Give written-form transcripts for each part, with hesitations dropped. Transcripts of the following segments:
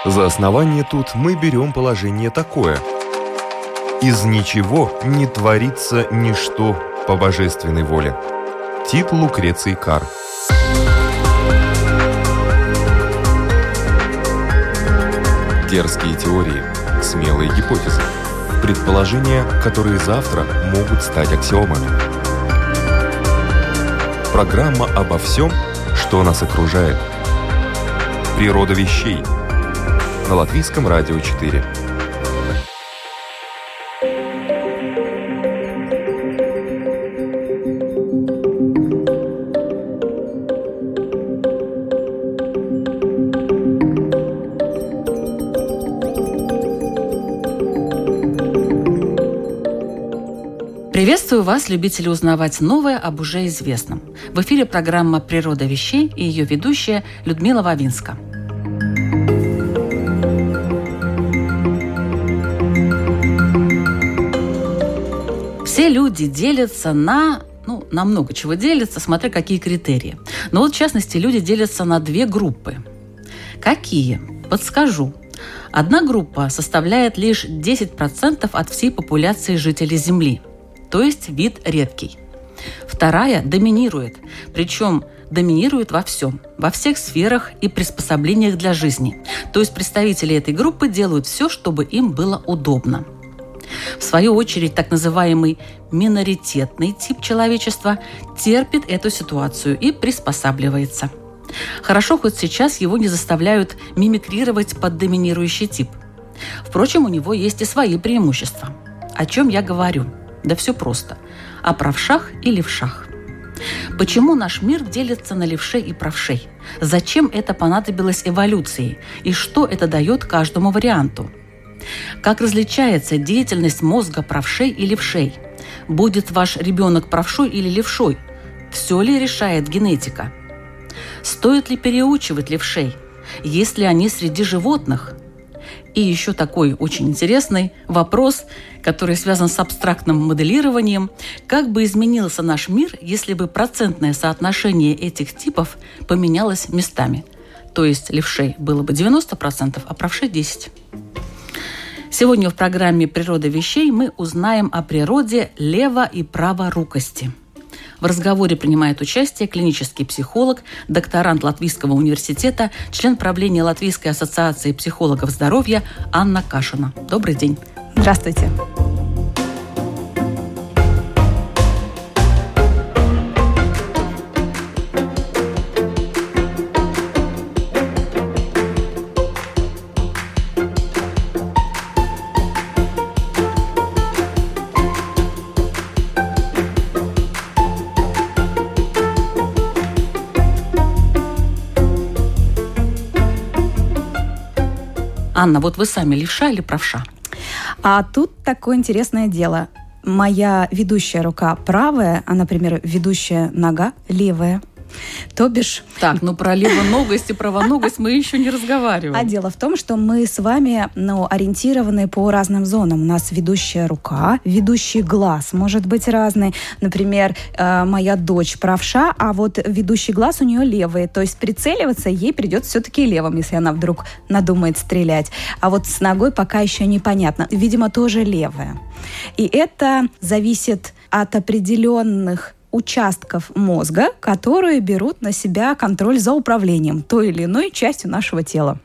За основание тут мы берем положение такое: «Из ничего не творится ничто по божественной воле». Тит Лукреций Кар. Дерзкие теории, смелые гипотезы, предположения, которые завтра могут стать аксиомами. Программа обо всем, что нас окружает. Природа вещей. На Латвийском радио 4. Приветствую вас, любители узнавать новое об уже известном. В эфире программа «Природа вещей» и ее ведущая Людмила Вавинска. Все люди делятся на много чего делятся, смотря какие критерии. Но вот, в частности, люди делятся на две группы. Какие? Подскажу. Одна группа составляет лишь 10% от всей популяции жителей Земли, то есть вид редкий. Вторая доминирует, причем доминирует во всем, во всех сферах и приспособлениях для жизни. То есть представители этой группы делают все, чтобы им было удобно. В свою очередь, так называемый миноритетный тип человечества терпит эту ситуацию и приспосабливается. Хорошо, хоть сейчас его не заставляют мимикрировать под доминирующий тип. Впрочем, у него есть и свои преимущества. О чем я говорю? Да все просто. О правшах и левшах. Почему наш мир делится на левшей и правшей? Зачем это понадобилось эволюции? И что это дает каждому варианту? Как различается деятельность мозга правшей и левшей? Будет ваш ребенок правшой или левшой? Все ли решает генетика? Стоит ли переучивать левшей? Есть ли они среди животных? И еще такой очень интересный вопрос, который связан с абстрактным моделированием. Как бы изменился наш мир, если бы процентное соотношение этих типов поменялось местами? То есть левшей было бы 90%, а правшей 10%. Сегодня в программе «Природа вещей» мы узнаем о природе лево- и праворукости. В разговоре принимает участие клинический психолог, докторант Латвийского университета, член правления Латвийской ассоциации психологов здоровья Анна Кашина. Добрый день. Здравствуйте. Анна, вот вы сами левша или правша? А тут такое интересное дело. Моя ведущая рука правая, а, например, ведущая нога левая. То бишь... Так, про левоногость и правоногость мы еще не разговариваем. А дело в том, что мы с вами ориентированы по разным зонам. У нас ведущая рука, ведущий глаз может быть разный. Например, моя дочь правша, а вот ведущий глаз у нее левый. То есть прицеливаться ей придется все-таки левым, если она вдруг надумает стрелять. А вот с ногой пока еще непонятно. Видимо, тоже левая. И это зависит от определенных участков мозга, которые берут на себя контроль за управлением той или иной частью нашего тела.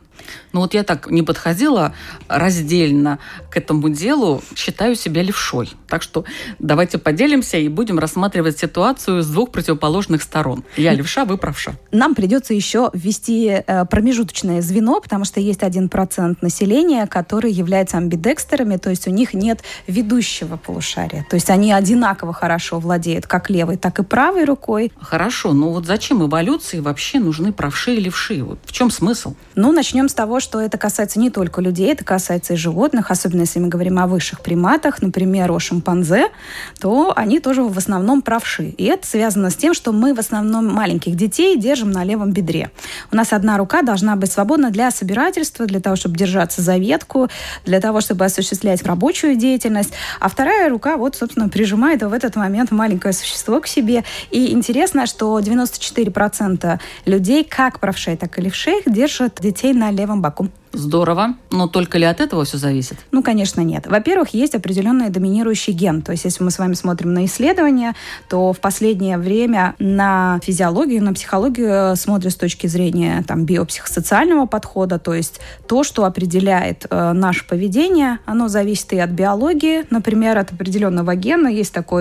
Я так не подходила раздельно к этому делу, считаю себя левшой. Так что давайте поделимся и будем рассматривать ситуацию с двух противоположных сторон. Я левша, вы правша. Нам придется еще ввести промежуточное звено, потому что есть 1% населения, которые являются амбидекстерами, то есть у них нет ведущего полушария. То есть они одинаково хорошо владеют как левой, так и правой рукой. Хорошо, но зачем эволюции вообще нужны правши и левши? В чем смысл? Начнем с того, что это касается не только людей, это касается и животных, особенно если мы говорим о высших приматах, например, о шимпанзе, то они тоже в основном правши. И это связано с тем, что мы в основном маленьких детей держим на левом бедре. У нас одна рука должна быть свободна для собирательства, для того, чтобы держаться за ветку, для того, чтобы осуществлять рабочую деятельность, а вторая рука, собственно, прижимает в этот момент маленькое существо к себе. И интересно, что 94% людей, как правшей, так и левшей, держат детей на левом боку. Здорово. Но только ли от этого все зависит? Ну, конечно, нет. Во-первых, есть определенный доминирующий ген. То есть, если мы с вами смотрим на исследования, то в последнее время на физиологию, на психологию смотрят с точки зрения биопсихосоциального подхода. То есть, то, что определяет наше поведение, оно зависит и от биологии. Например, от определенного гена есть такой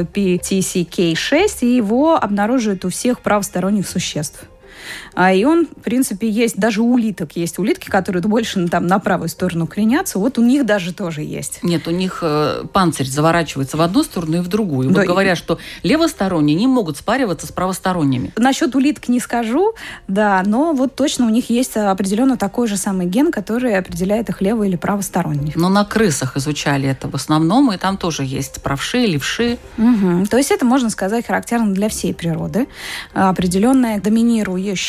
PTCK6, и его обнаруживают у всех правосторонних существ. И он, в принципе, есть, даже у улиток есть улитки, которые больше на правую сторону кренятся. Вот у них даже тоже есть. Нет, у них панцирь заворачивается в одну сторону и в другую. Да, вот говорят, что левосторонние не могут спариваться с правосторонними. Насчет улиток не скажу, да, но вот точно у них есть определенно такой же самый ген, который определяет их лево- или правосторонних. Но на крысах изучали это в основном, и там тоже есть правши, левши. Угу. То есть это, можно сказать, характерно для всей природы. Определенная доминирующая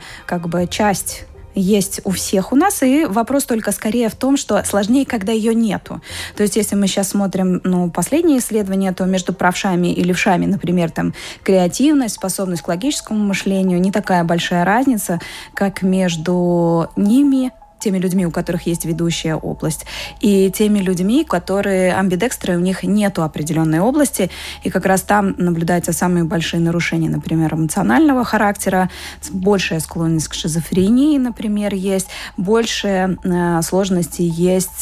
часть есть у всех у нас, и вопрос только скорее в том, что сложнее, когда ее нету. То есть, если мы сейчас смотрим последние исследования, то между правшами и левшами, например, креативность, способность к логическому мышлению, не такая большая разница, как между ними, теми людьми, у которых есть ведущая область, и теми людьми, которые амбидекстры, у них нету определенной области, и как раз там наблюдаются самые большие нарушения, например, эмоционального характера, большая склонность к шизофрении, например, есть, больше сложностей есть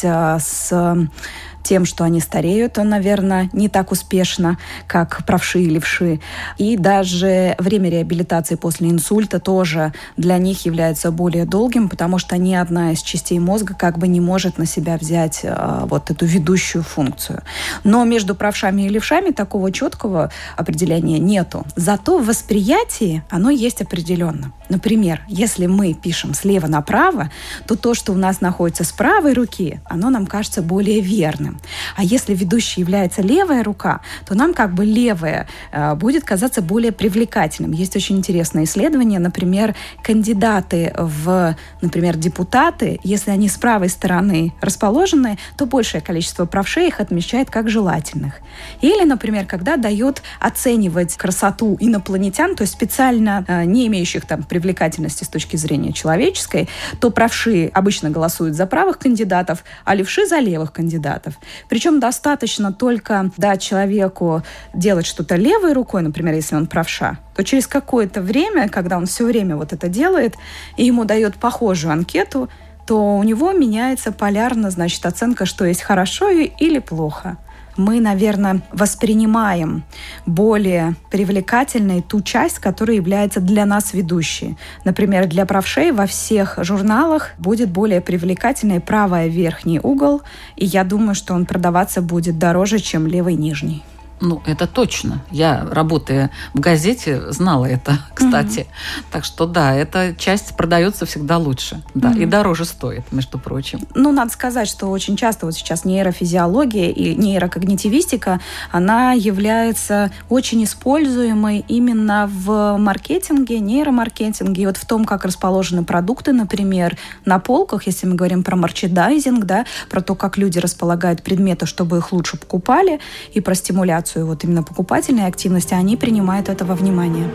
с тем, что они стареют, то, наверное, не так успешно, как правши и левши. И даже время реабилитации после инсульта тоже для них является более долгим, потому что ни одна из частей мозга не может на себя взять эту ведущую функцию. Но между правшами и левшами такого четкого определения нету. Зато в восприятии оно есть определенно. Например, если мы пишем слева направо, то, что у нас находится с правой руки, оно нам кажется более верным. А если ведущей является левая рука, то нам левая будет казаться более привлекательным. Есть очень интересное исследование, например, кандидаты в, депутаты, если они с правой стороны расположены, то большее количество правшей их отмечает как желательных. Или, например, когда дают оценивать красоту инопланетян, то есть специально не имеющих привлекательности с точки зрения человеческой, то правши обычно голосуют за правых кандидатов, а левши за левых кандидатов. Причем достаточно только дать человеку делать что-то левой рукой, например, если он правша, то через какое-то время, когда он все время это делает, и ему дает похожую анкету, то у него меняется полярно, оценка, что есть хорошо или плохо. Мы, наверное, воспринимаем более привлекательной ту часть, которая является для нас ведущей. Например, для правшей во всех журналах будет более привлекательный правый верхний угол, и я думаю, что он продаваться будет дороже, чем левый нижний. Это точно. Я, работая в газете, знала это, кстати. Так что, да, эта часть продается всегда лучше. Да, и дороже стоит, между прочим. Надо сказать, что очень часто сейчас нейрофизиология и нейрокогнитивистика, она является очень используемой именно в маркетинге, нейромаркетинге. И в том, как расположены продукты, например, на полках, если мы говорим про мерчендайзинг, да, про то, как люди располагают предметы, чтобы их лучше покупали, и про стимуляцию именно покупательной активности, они принимают это во внимание.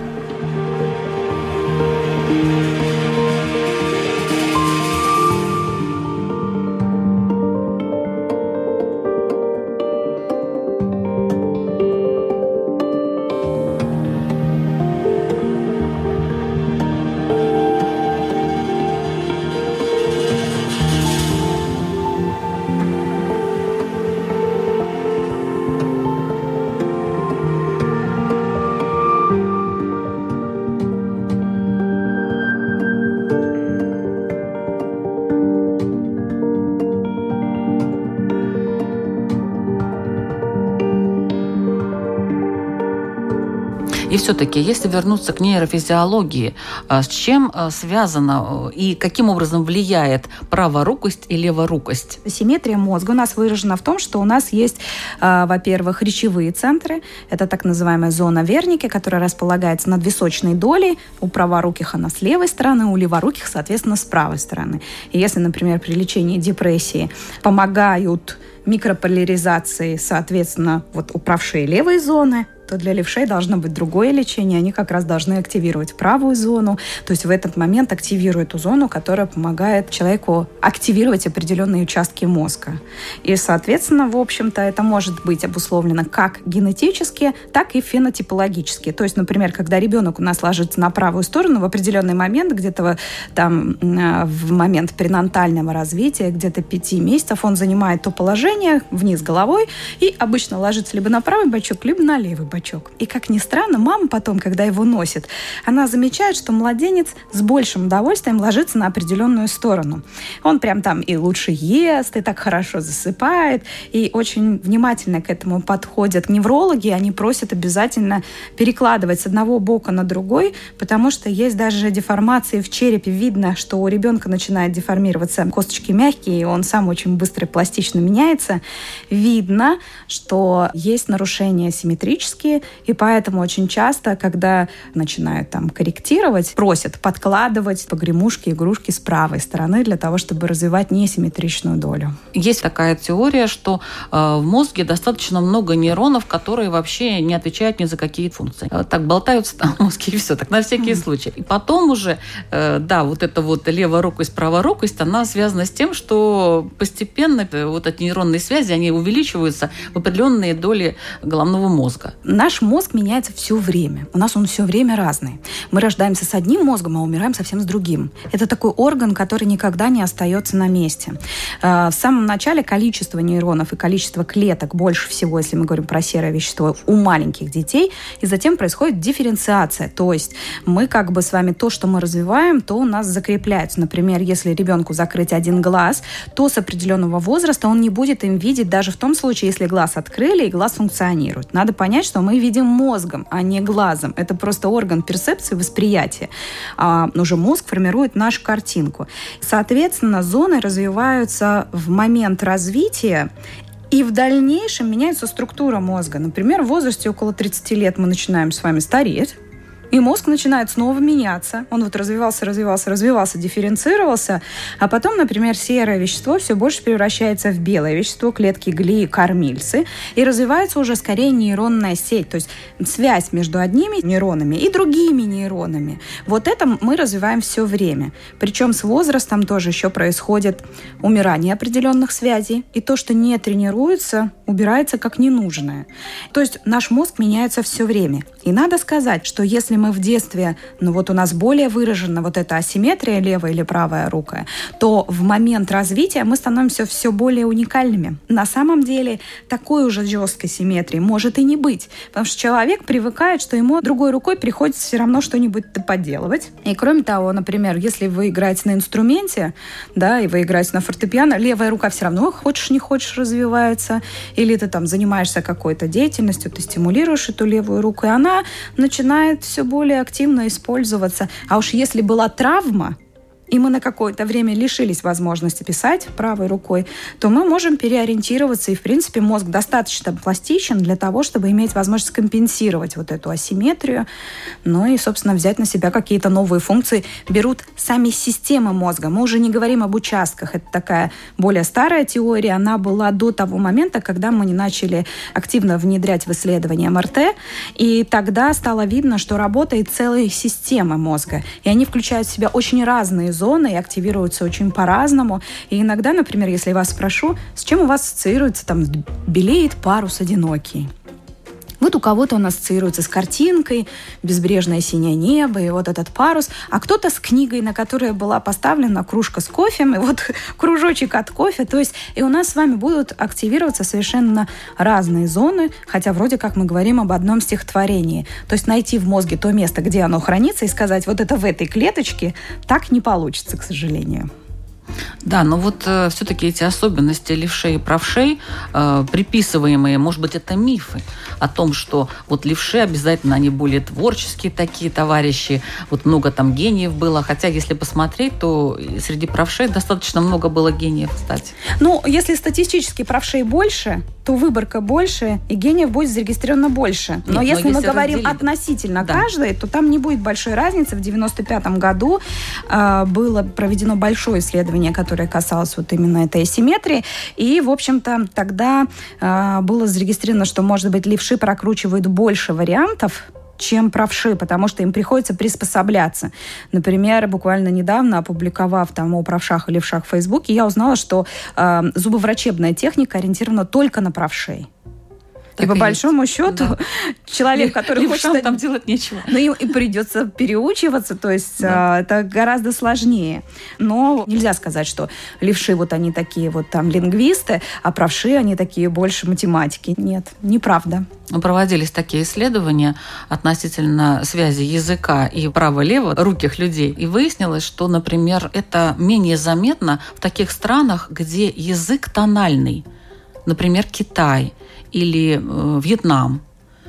И все-таки, если вернуться к нейрофизиологии, с чем связано и каким образом влияет праворукость и леворукость? Симметрия мозга у нас выражена в том, что у нас есть, во-первых, речевые центры. Это так называемая зона Верники, которая располагается над височной долей. У праворуких она с левой стороны, у леворуких, соответственно, с правой стороны. И если, например, при лечении депрессии помогают микрополяризации, соответственно, у правшей левой зоны, то для левшей должно быть другое лечение. Они как раз должны активировать правую зону. То есть в этот момент активируют ту зону, которая помогает человеку активировать определенные участки мозга. И, соответственно, в общем-то, это может быть обусловлено как генетически, так и фенотипологически. То есть, например, когда ребенок у нас ложится на правую сторону в определенный момент, где-то там в момент пренатального развития, где-то 5 месяцев, он занимает то положение вниз головой и обычно ложится либо на правый бочок, либо на левый бочок. И, как ни странно, мама потом, когда его носит, она замечает, что младенец с большим удовольствием ложится на определенную сторону. Он прям там и лучше ест, и так хорошо засыпает, и очень внимательно к этому подходят неврологи, они просят обязательно перекладывать с одного бока на другой, потому что есть даже деформации в черепе. Видно, что у ребенка начинает деформироваться, косточки мягкие, и он сам очень быстро и пластично меняется. Видно, что есть нарушения симметрические, и поэтому очень часто, когда начинают там корректировать, просят подкладывать погремушки, игрушки с правой стороны для того, чтобы развивать несимметричную долю. Есть такая теория, что в мозге достаточно много нейронов, которые вообще не отвечают ни за какие функции. Так болтаются там в мозге и все, так на всякий случай. И потом уже, вот эта вот леворукость, праворукость, она связана с тем, что постепенно вот эти нейронные связи, они увеличиваются в определенные доли головного мозга. Наш мозг меняется все время. У нас он все время разный. Мы рождаемся с одним мозгом, а умираем совсем с другим. Это такой орган, который никогда не остается на месте. В самом начале количество нейронов и количество клеток больше всего, если мы говорим про серое вещество, у маленьких детей, и затем происходит дифференциация. То есть мы как бы с вами то, что мы развиваем, то у нас закрепляется. Например, если ребенку закрыть один глаз, то с определенного возраста он не будет им видеть даже в том случае, если глаз открыли и глаз функционирует. Надо понять, что мы видим мозгом, а не глазом. Это просто орган перцепции, восприятия. А уже мозг формирует нашу картинку. Соответственно, зоны развиваются в момент развития, и в дальнейшем меняется структура мозга. Например, в возрасте около 30 лет мы начинаем с вами стареть, и мозг начинает снова меняться. Он вот развивался, дифференцировался, а потом, например, серое вещество все больше превращается в белое вещество, клетки глии, кормильцы, и развивается уже скорее нейронная сеть, то есть связь между одними нейронами и другими нейронами. Вот это мы развиваем все время. Причем с возрастом тоже еще происходит умирание определенных связей, и то, что не тренируется, убирается как ненужное. То есть наш мозг меняется все время. И надо сказать, что если мы в детстве, у нас более выражена вот эта асимметрия, левая или правая рука, то в момент развития мы становимся все более уникальными. На самом деле такой уже жесткой симметрии может и не быть, потому что человек привыкает, что ему другой рукой приходится все равно что-нибудь поделывать. И кроме того, например, если вы играете на инструменте, и вы играете на фортепиано, левая рука все равно, хочешь не хочешь, развивается, или ты там занимаешься какой-то деятельностью, ты стимулируешь эту левую руку, и она начинает все более активно использоваться. А уж если была травма, и мы на какое-то время лишились возможности писать правой рукой, то мы можем переориентироваться, и, в принципе, мозг достаточно пластичен для того, чтобы иметь возможность компенсировать вот эту асимметрию, и, собственно, взять на себя какие-то новые функции. Берут сами системы мозга. Мы уже не говорим об участках. Это такая более старая теория. Она была до того момента, когда мы не начали активно внедрять в исследования МРТ, и тогда стало видно, что работает целая система мозга, и они включают в себя очень разные зоны и активируются очень по-разному. И иногда, например, если я вас спрошу, с чем у вас ассоциируется, белеет парус одинокий. Вот у кого-то он ассоциируется с картинкой, безбрежное синее небо и вот этот парус, а кто-то с книгой, на которой была поставлена кружка с кофе, и вот кружочек от кофе. То есть и у нас с вами будут активироваться совершенно разные зоны, хотя вроде как мы говорим об одном стихотворении. То есть найти в мозге то место, где оно хранится, и сказать, вот это в этой клеточке, так не получится, к сожалению. Да, но все-таки эти особенности левшей и правшей, приписываемые, может быть, это мифы о том, что левши обязательно, они более творческие такие товарищи, много там гениев было, хотя, если посмотреть, то среди правшей достаточно много было гениев, кстати. Если статистически правшей больше, то выборка больше, и гениев будет зарегистрировано больше. Но если мы говорим относительно каждой, то там не будет большой разницы. В 1995 году было проведено большое исследование, которое касалось вот именно этой асимметрии. И, в общем-то, тогда было зарегистрировано, что, может быть, левши прокручивают больше вариантов, чем правши, потому что им приходится приспосабляться. Например, буквально недавно, опубликовав там о правшах и левшах в Фейсбуке, я узнала, что зубоврачебная техника ориентирована только на правшей. Так и по большому счету, человек, который хочет... там делать нечего. Ну, им и придется переучиваться, то есть это гораздо сложнее. Но нельзя сказать, что левши вот они такие вот там лингвисты, а правши они такие больше математики. Нет, неправда. Проводились такие исследования относительно связи языка и право-лево руких людей. И выяснилось, что, например, это менее заметно в таких странах, где язык тональный. Например, Китай или Вьетнам.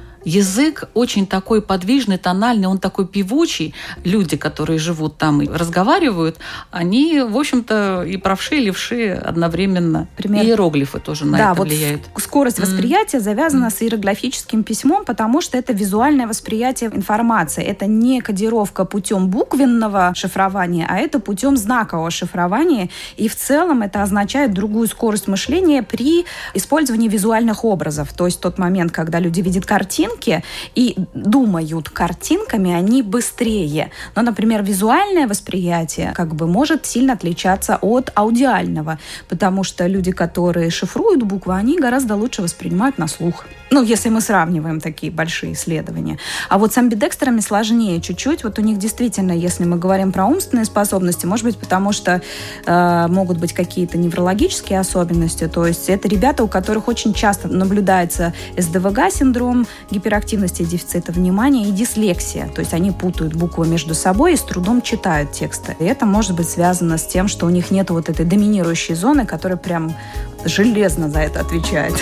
Язык очень такой подвижный, тональный, он такой певучий. Люди, которые живут там и разговаривают, они, в общем-то, и правши, и левши одновременно. И иероглифы тоже на это влияют. Скорость восприятия завязана с иероглифическим письмом, потому что это визуальное восприятие информации. Это не кодировка путем буквенного шифрования, а это путем знакового шифрования. И в целом это означает другую скорость мышления при использовании визуальных образов. То есть тот момент, когда люди видят картинки и думают картинками, они быстрее. Но, например, визуальное восприятие может сильно отличаться от аудиального, потому что люди, которые шифруют буквы, они гораздо лучше воспринимают на слух. Если мы сравниваем такие большие исследования. А вот с амбидекстерами сложнее чуть-чуть. Вот у них действительно, если мы говорим про умственные способности, может быть, потому что могут быть какие-то неврологические особенности. То есть это ребята, у которых очень часто наблюдается СДВГ-синдром, гиперактивности и дефицита внимания и дислексия. То есть они путают буквы между собой и с трудом читают тексты. И это может быть связано с тем, что у них нет вот этой доминирующей зоны, которая прям железно за это отвечает.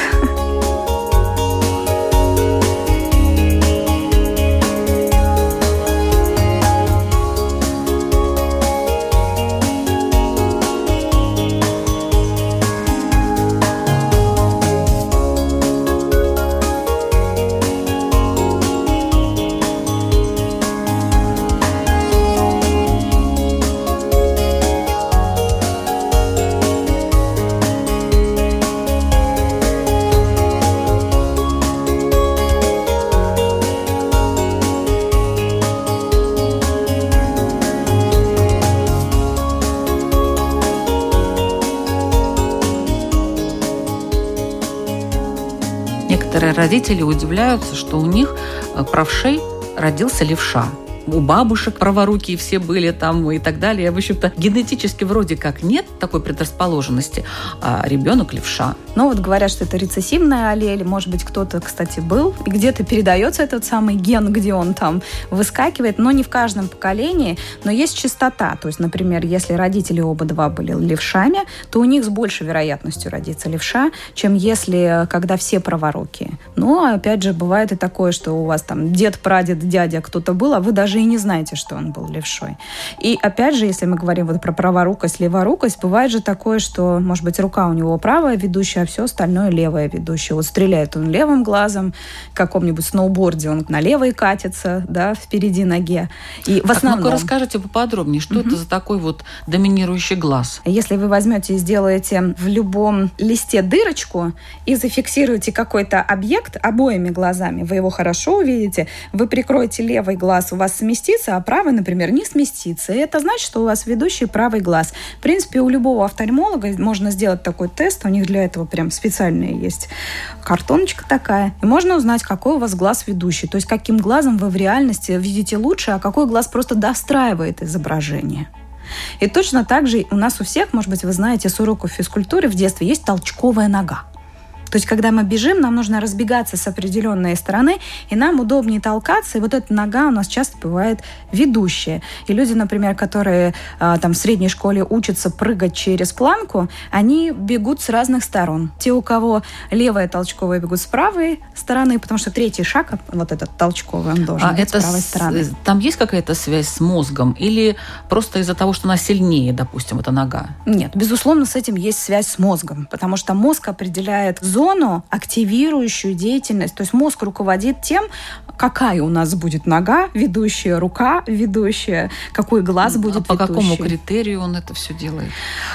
Некоторые родители удивляются, что у них правшей родился левша. У бабушек праворукие все были там и так далее. В общем-то, генетически вроде как нет такой предрасположенности, а ребенок левша. Говорят, что это рецессивная аллель. Может быть, кто-то, кстати, был. И где-то передается этот самый ген, где он там выскакивает. Но не в каждом поколении. Но есть частота. То есть, например, если родители оба два были левшами, то у них с большей вероятностью родится левша, чем если, когда все праворукие. Но, опять же, бывает и такое, что у вас там дед, прадед, дядя кто-то был, а вы даже и не знаете, что он был левшой. И опять же, если мы говорим про праворукость, леворукость, бывает же такое, что, может быть, рука у него правая ведущая, а все остальное левая ведущая. Вот стреляет он левым глазом, в каком-нибудь сноуборде он на левой катится, впереди ноге. И в основном... Ну-ка расскажите поподробнее, что это за такой доминирующий глаз? Если вы возьмете и сделаете в любом листе дырочку и зафиксируете какой-то объект обоими глазами, вы его хорошо увидите, вы прикроете левый глаз, у вас сместится, а правый, например, не сместится. И это значит, что у вас ведущий правый глаз. В принципе, у любого офтальмолога можно сделать такой тест. У них для этого прям специальная есть картоночка такая. И можно узнать, какой у вас глаз ведущий. То есть, каким глазом вы в реальности видите лучше, а какой глаз просто достраивает изображение. И точно так же у нас у всех, может быть, вы знаете, с уроков физкультуры в детстве есть толчковая нога. То есть, когда мы бежим, нам нужно разбегаться с определенной стороны, и нам удобнее толкаться, и вот эта нога у нас часто бывает ведущая. И люди, например, которые в средней школе учатся прыгать через планку, они бегут с разных сторон. Те, у кого левая толчковая, бегут с правой стороны, потому что третий шаг, вот этот толчковый, он должен быть с правой стороны. Там есть какая-то связь с мозгом? Или просто из-за того, что она сильнее, допустим, эта нога? Нет, безусловно, с этим есть связь с мозгом, потому что мозг определяет зону зону, активирующую деятельность. То есть мозг руководит тем, какая у нас будет нога ведущая, рука ведущая, какой глаз будет по ведущий. Какому критерию он это все делает?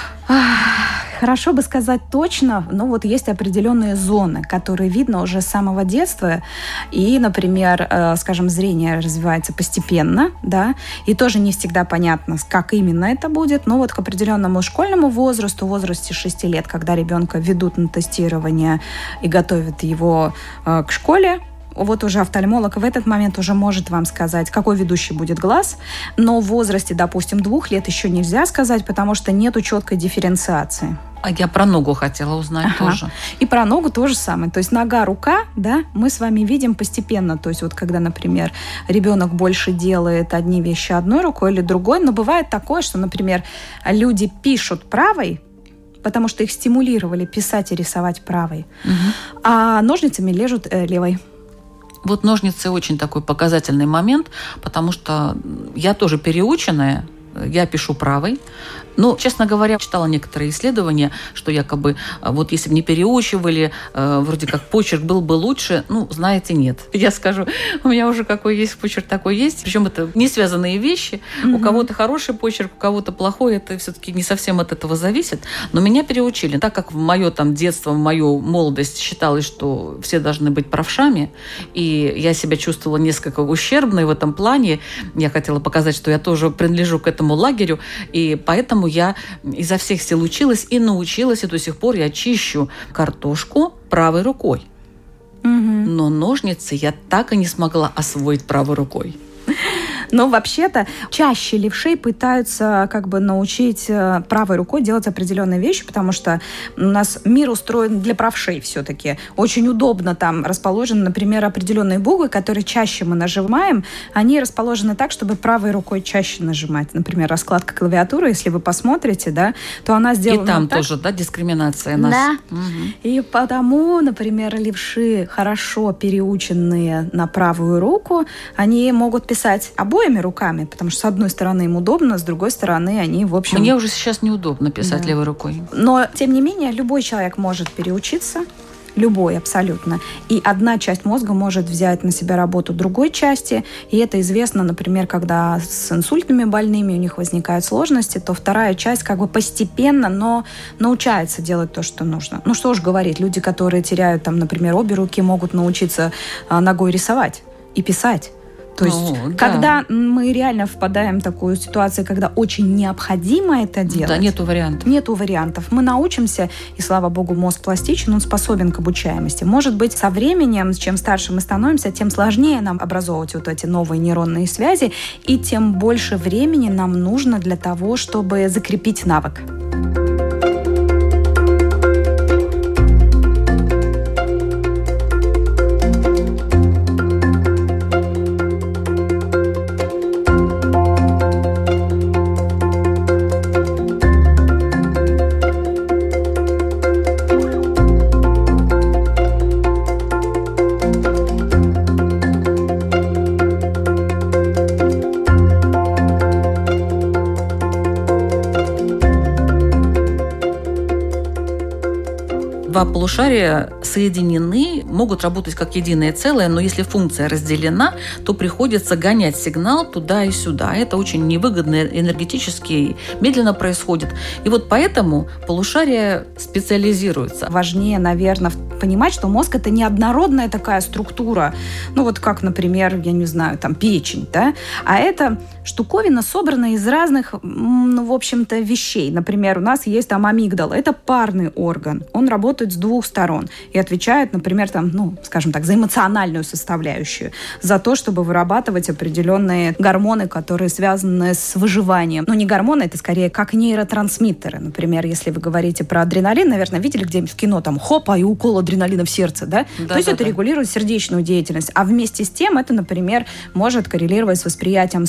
Хорошо бы сказать точно, но вот есть определенные зоны, которые видно уже с самого детства. И, например, скажем, зрение развивается постепенно, да, и тоже не всегда понятно, как именно это будет, но вот к определенному школьному возрасту, в возрасте 6 лет, когда ребенка ведут на тестирование и готовят его к школе, вот уже офтальмолог в этот момент уже может вам сказать, какой ведущий будет глаз, но в возрасте, допустим, 2 лет еще нельзя сказать, потому что нету четкой дифференциации. А я про ногу хотела узнать тоже. И про ногу то же самое. То есть нога, рука, да, мы с вами видим постепенно. То есть вот когда, например, ребенок больше делает одни вещи одной рукой или другой, но бывает такое, что, например, люди пишут правой, потому что их стимулировали писать и рисовать правой, а ножницами лежат левой. Вот ножницы очень такой показательный момент, потому что я тоже переученная, я пишу правой. Но, честно говоря, читала некоторые исследования, что якобы вот если бы не переучивали, вроде как почерк был бы лучше. Ну, знаете, нет. Я скажу, у меня уже какой есть почерк, такой есть. Причем это не связанные вещи. У кого-то хороший почерк, у кого-то плохой. Это все-таки не совсем от этого зависит. Но меня переучили. Так как в мое там детство, в мою молодость считалось, что все должны быть правшами, и я себя чувствовала несколько ущербной в этом плане. Я хотела показать, что я тоже принадлежу к этому лагерю. И поэтому я изо всех сил училась и научилась, и до сих пор я чищу картошку правой рукой. Но ножницы я так и не смогла освоить правой рукой. Но вообще-то чаще левшей пытаются как бы научить правой рукой делать определенные вещи, потому что у нас мир устроен для правшей все-таки. Очень удобно там расположены, например, определенные буквы, которые чаще мы нажимаем, они расположены так, чтобы правой рукой чаще нажимать. Например, раскладка клавиатуры, если вы посмотрите, да, то она сделана и там так. тоже, да, дискриминация нас. Да. И потому, например, левши, хорошо переученные на правую руку, они могут писать обоими руками, потому что с одной стороны им удобно, с другой стороны они, в общем... Мне уже сейчас неудобно писать левой рукой. Но, тем не менее, любой человек может переучиться, любой абсолютно. И одна часть мозга может взять на себя работу другой части. И это известно, например, когда с инсультными больными у них возникают сложности, то вторая часть как бы постепенно, но научается делать то, что нужно. Ну что уж говорить, люди, которые теряют, там, например, обе руки, могут научиться ногой рисовать и писать. То есть, когда мы реально впадаем в такую ситуацию, когда очень необходимо это делать... Да, нету вариантов. Нету вариантов. Мы научимся, и, слава богу, мозг пластичен, он способен к обучаемости. Может быть, со временем, чем старше мы становимся, тем сложнее нам образовывать вот эти новые нейронные связи, и тем больше времени нам нужно для того, чтобы закрепить навык. Два полушария соединены, могут работать как единое целое, но если функция разделена, то приходится гонять сигнал туда и сюда. Это очень невыгодно энергетически, медленно происходит. И вот поэтому полушария специализируются. Важнее, наверное, понимать, что мозг – это не однородная такая структура, ну вот как, например, я не знаю, там печень, да, а это штуковина, собранная из разных, в общем-то, вещей. Например, у нас есть там амигдала, это парный орган, он работает с двух сторон и отвечает, например, там, ну, скажем так, за эмоциональную составляющую, за то, чтобы вырабатывать определенные гормоны, которые связаны с выживанием. Ну, не гормоны, это скорее как нейротрансмиттеры. Например, если вы говорите про адреналин, наверное, видели где-нибудь в кино, там, хопа, и укол адреналина в сердце, да? То есть это регулирует сердечную деятельность. А вместе с тем это, например, может коррелировать с восприятием страха или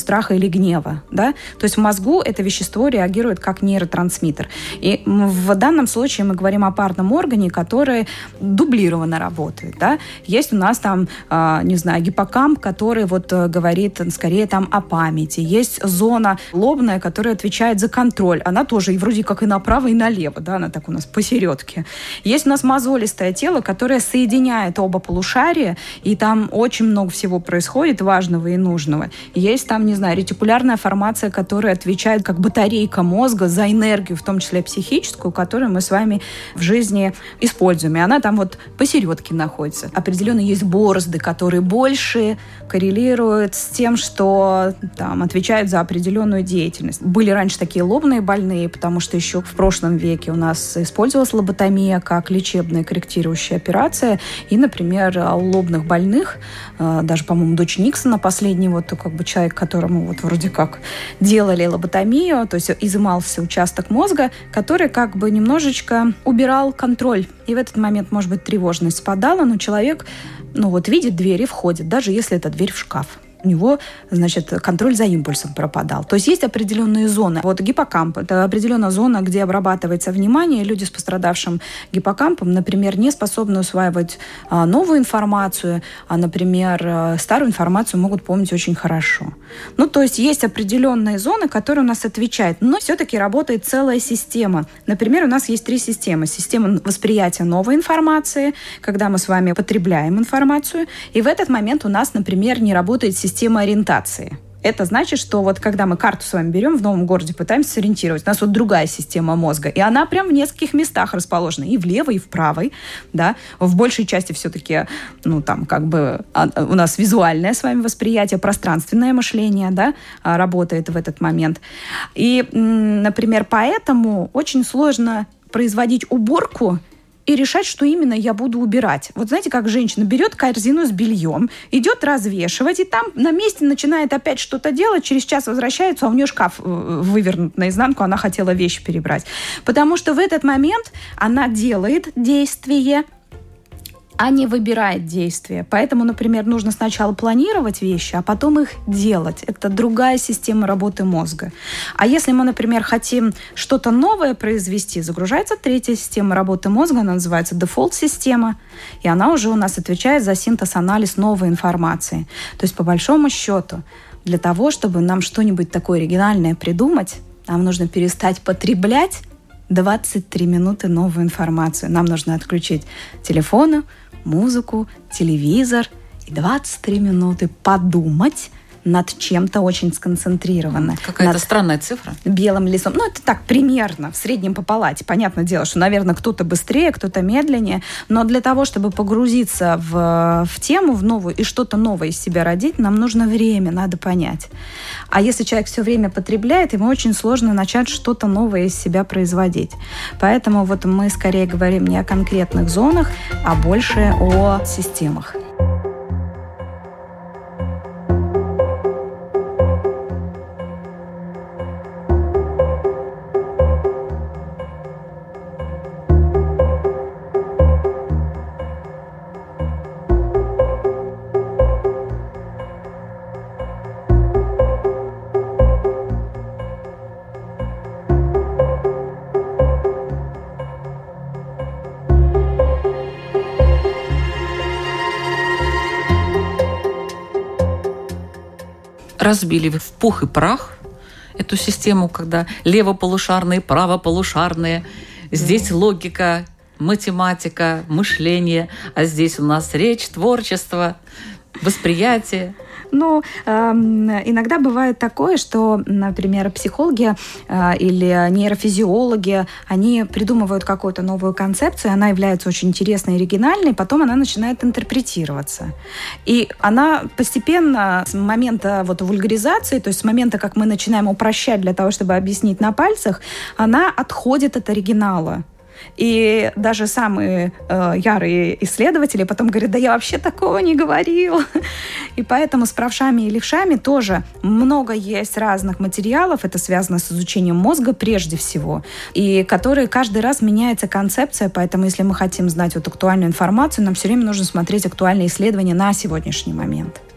или гнева, да? То есть в мозгу это вещество реагирует как нейротрансмиттер. И в данном случае мы говорим о парном органе, который дублированно работает, да? Есть у нас там, гиппокамп, который говорит скорее там о памяти. Есть зона лобная, которая отвечает за контроль. Она тоже и вроде как и направо, и налево, да? Она так у нас посередке. Есть у нас мозолистое тело, которое соединяет оба полушария, и там очень много всего происходит важного и нужного. Есть там, ретикулярная формация, которая отвечает как батарейка мозга за энергию, в том числе психическую, которую мы с вами в жизни используем. И она там посередке находится. Определенно есть борозды, которые больше коррелируют с тем, что там отвечают за определенную деятельность. Были раньше такие лобные больные, потому что еще в прошлом веке у нас использовалась лоботомия как лечебная корректирующая операция. И, например, у лобных больных, даже, по-моему, дочь Никсона, последний человек, которому вроде как делали лоботомию, то есть изымался участок мозга, который немножечко убирал контроль. И в этот момент, может быть, тревожность спадала, но человек, видит дверь и входит, даже если это дверь в шкаф. У него, контроль за импульсом пропадал. То есть есть определенные зоны. Гиппокамп – это определенная зона, где обрабатывается внимание. Люди с пострадавшим гиппокампом, например, не способны усваивать новую информацию, а, например, старую информацию могут помнить очень хорошо. То есть есть определенные зоны, которые у нас отвечают. Но все-таки работает целая система. Например, у нас есть 3 системы. Система восприятия новой информации, когда мы с вами потребляем информацию. И в этот момент у нас, например, не работает система ориентации. Это значит, что когда мы карту с вами берем в новом городе, пытаемся сориентировать, у нас другая система мозга, и она прям в нескольких местах расположена, и в левой, и в правой, да. В большей части все-таки, у нас визуальное с вами восприятие, пространственное мышление, да, работает в этот момент. И, например, поэтому очень сложно производить уборку и решать, что именно я буду убирать. Знаете, как женщина берет корзину с бельем, идет развешивать, и там на месте начинает опять что-то делать, через час возвращается, а у нее шкаф вывернут наизнанку, она хотела вещи перебрать. Потому что в этот момент она делает действие, а не выбирает действия. Поэтому, например, нужно сначала планировать вещи, а потом их делать. Это другая система работы мозга. А если мы, например, хотим что-то новое произвести, загружается 3-я система работы мозга, она называется дефолт-система, и она уже у нас отвечает за синтез-анализ новой информации. То есть, по большому счету, для того, чтобы нам что-нибудь такое оригинальное придумать, нам нужно перестать потреблять 23 минуты новую информацию. Нам нужно отключить телефоны, музыку, телевизор и 23 минуты подумать над чем-то очень сконцентрированно. Какая-то странная цифра. Белым листом. Это так примерно, в среднем по палате. Понятное дело, что, наверное, кто-то быстрее, кто-то медленнее. Но для того, чтобы погрузиться в тему, в новую, и что-то новое из себя родить, нам нужно время, надо понять. А если человек все время потребляет, ему очень сложно начать что-то новое из себя производить. Поэтому мы скорее говорим не о конкретных зонах, а больше о системах. Разбили в пух и прах эту систему, когда левополушарные, правополушарные. Здесь логика, математика, мышление, а здесь у нас речь, творчество, восприятие. Иногда бывает такое, что, например, психологи или нейрофизиологи, они придумывают какую-то новую концепцию, она является очень интересной и оригинальной, потом она начинает интерпретироваться. И она постепенно с момента вульгаризации, то есть с момента, как мы начинаем упрощать для того, чтобы объяснить на пальцах, она отходит от оригинала. И даже самые ярые исследователи потом говорят, да я вообще такого не говорил. И поэтому с правшами и левшами тоже много есть разных материалов, это связано с изучением мозга прежде всего, и которые каждый раз меняется концепция, поэтому если мы хотим знать актуальную информацию, нам все время нужно смотреть актуальные исследования на сегодняшний момент.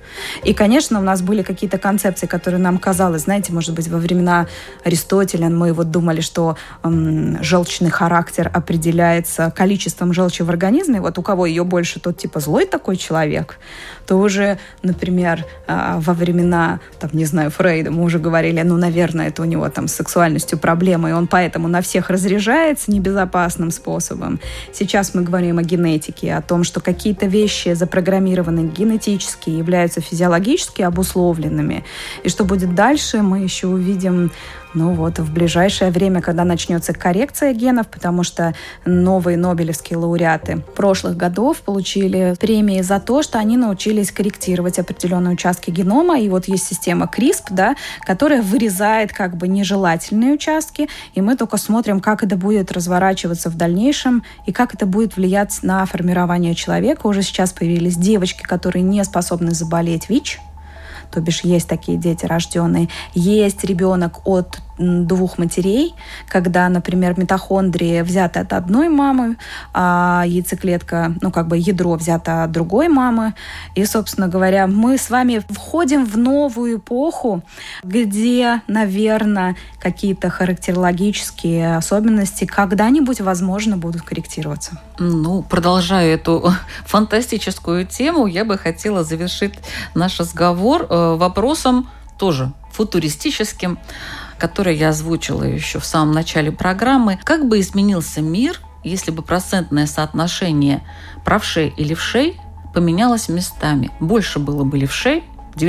И, конечно, у нас были какие-то концепции, которые нам казалось, знаете, может быть, во времена Аристотеля мы вот думали, что желчный характер определяется количеством желчи в организме. Вот у кого ее больше, тот типа злой такой человек. То уже, например, во времена, там, не знаю, Фрейда мы уже говорили, ну, наверное, это у него там с сексуальностью проблемы, и он поэтому на всех разряжается небезопасным способом. Сейчас мы говорим о генетике, о том, что какие-то вещи запрограммированы генетически, являются физиологически обусловленными. И что будет дальше, мы еще увидим, ну вот, в ближайшее время, когда начнется коррекция генов, потому что новые нобелевские лауреаты прошлых годов получили премии за то, что они научились корректировать определенные участки генома. И вот есть система CRISP, да, которая вырезает как бы нежелательные участки, и мы только смотрим, как это будет разворачиваться в дальнейшем и как это будет влиять на формирование человека. Уже сейчас появились девочки, которые не способны заболеть ВИЧ, то бишь есть такие дети рожденные. Есть ребенок от 2 матерей, когда, например, митохондрии взяты от одной мамы, а яйцеклетка, ну, как бы ядро взято от другой мамы. И, собственно говоря, мы с вами входим в новую эпоху, где, наверное, какие-то характерологические особенности когда-нибудь, возможно, будут корректироваться. Ну, продолжая эту фантастическую тему, я бы хотела завершить наш разговор вопросом тоже футуристическим, который я озвучила еще в самом начале программы. Как бы изменился мир, если бы процентное соотношение правшей и левшей поменялось местами? Больше было бы левшей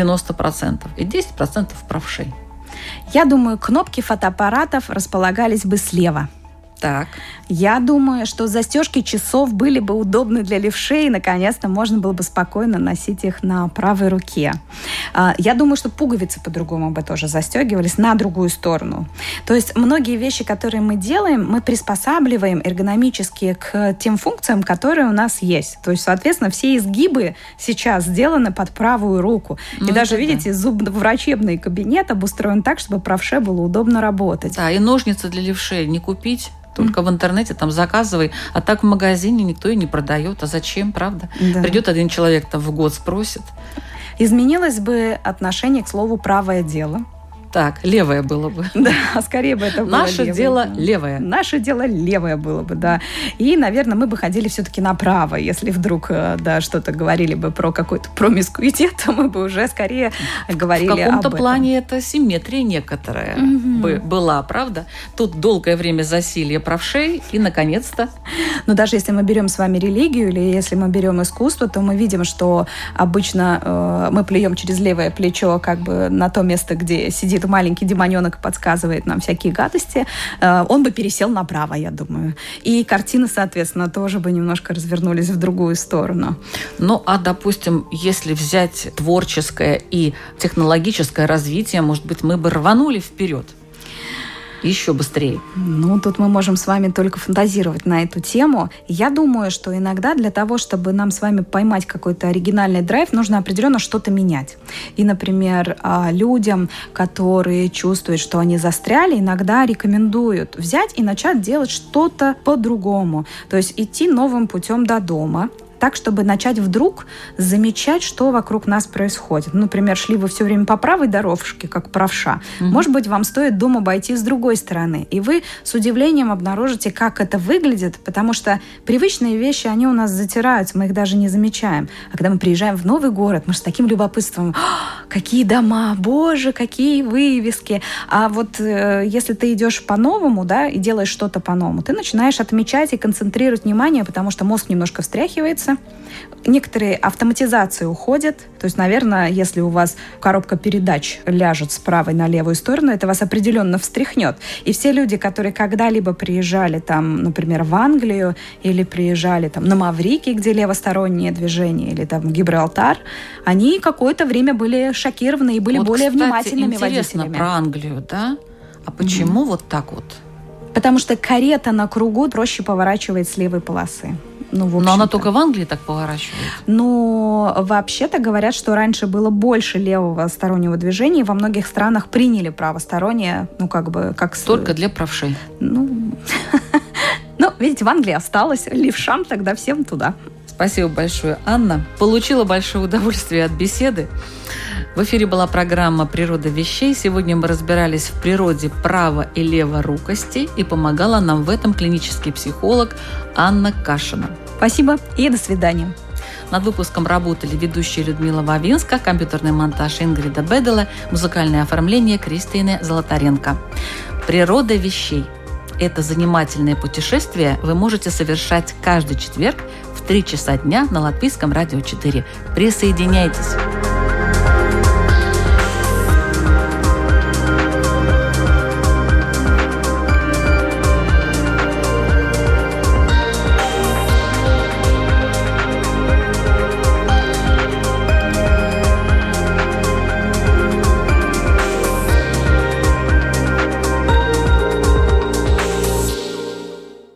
90% и 10% правшей. Я думаю, кнопки фотоаппаратов располагались бы слева. Так. Я думаю, что застежки часов были бы удобны для левшей, и, наконец-то, можно было бы спокойно носить их на правой руке. Я думаю, что пуговицы по-другому бы тоже застегивались на другую сторону. То есть многие вещи, которые мы делаем, мы приспосабливаем эргономически к тем функциям, которые у нас есть. То есть, соответственно, все изгибы сейчас сделаны под правую руку. И даже, видите, зубоврачебный кабинет обустроен так, чтобы правше было удобно работать. Да, и ножницы для левшей не купить. Только в интернете там заказывай, а так в магазине никто и не продает. А зачем, правда? Да. Придет один человек там в год, спросит. Изменилось бы отношение к слову «правое дело». Так, левое было бы. Да, скорее бы это было Наше левое. дело левое. Наше дело левое было бы, да. И, наверное, мы бы ходили все-таки направо. Если вдруг, да, что-то говорили бы про какой-то промискуитет, то мы бы уже скорее говорили об этом. В каком-то плане это симметрия некоторая была, правда? Тут долгое время засилье правшей, и, наконец-то... Но даже если мы берем с вами религию, или если мы берем искусство, то мы видим, что обычно мы плюем через левое плечо как бы на то место, где сидит маленький демоненок и подсказывает нам всякие гадости, он бы пересел направо, я думаю. И картины, соответственно, тоже бы немножко развернулись в другую сторону. Ну, а, допустим, если взять творческое и технологическое развитие, может быть, мы бы рванули вперед еще быстрее. Ну, тут мы можем с вами только фантазировать на эту тему. Я думаю, что иногда для того, чтобы нам с вами поймать какой-то оригинальный драйв, нужно определенно что-то менять. И, например, людям, которые чувствуют, что они застряли, иногда рекомендуют взять и начать делать что-то по-другому. То есть идти новым путем до дома, так, чтобы начать вдруг замечать, что вокруг нас происходит. Ну, например, шли вы все время по правой дорожке, как правша. Может быть, вам стоит дом обойти с другой стороны. И вы с удивлением обнаружите, как это выглядит, потому что привычные вещи, они у нас затираются, мы их даже не замечаем. А когда мы приезжаем в новый город, мы с таким любопытством: какие дома, боже, какие вывески. А вот если ты идешь по-новому, да, и делаешь что-то по-новому, ты начинаешь отмечать и концентрировать внимание, потому что мозг немножко встряхивается. Некоторые автоматизации уходят. То есть, наверное, если у вас коробка передач ляжет с правой на левую сторону, это вас определенно встряхнет. И все люди, которые когда-либо приезжали, там, например, в Англию или приезжали там, на Маврикий, где левостороннее движение, или там в Гибралтар, они какое-то время были шокированы и были вот, более внимательными водителями. Интересно про Англию, да? А почему вот так вот? Потому что карета на кругу проще поворачивает с левой полосы. Ну, но она только в Англии так поворачивает? Ну, вообще-то говорят, что раньше было больше левого стороннего движения, и во многих странах приняли правостороннее, ну, как бы... как только для правшей? Ну, видите, в Англии осталось, левшам тогда всем туда. Спасибо большое, Анна. Получила большое удовольствие от беседы. В эфире была программа «Природа вещей». Сегодня мы разбирались в природе право- и леворукости, и помогала нам в этом клинический психолог Анна Кашина. Спасибо и до свидания. Над выпуском работали ведущая Людмила Вавинска, компьютерный монтаж Ингрида Бедела, музыкальное оформление Кристины Золотаренко. «Природа вещей». Это занимательное путешествие вы можете совершать каждый четверг в 3 часа дня на Латвийском радио 4. Присоединяйтесь!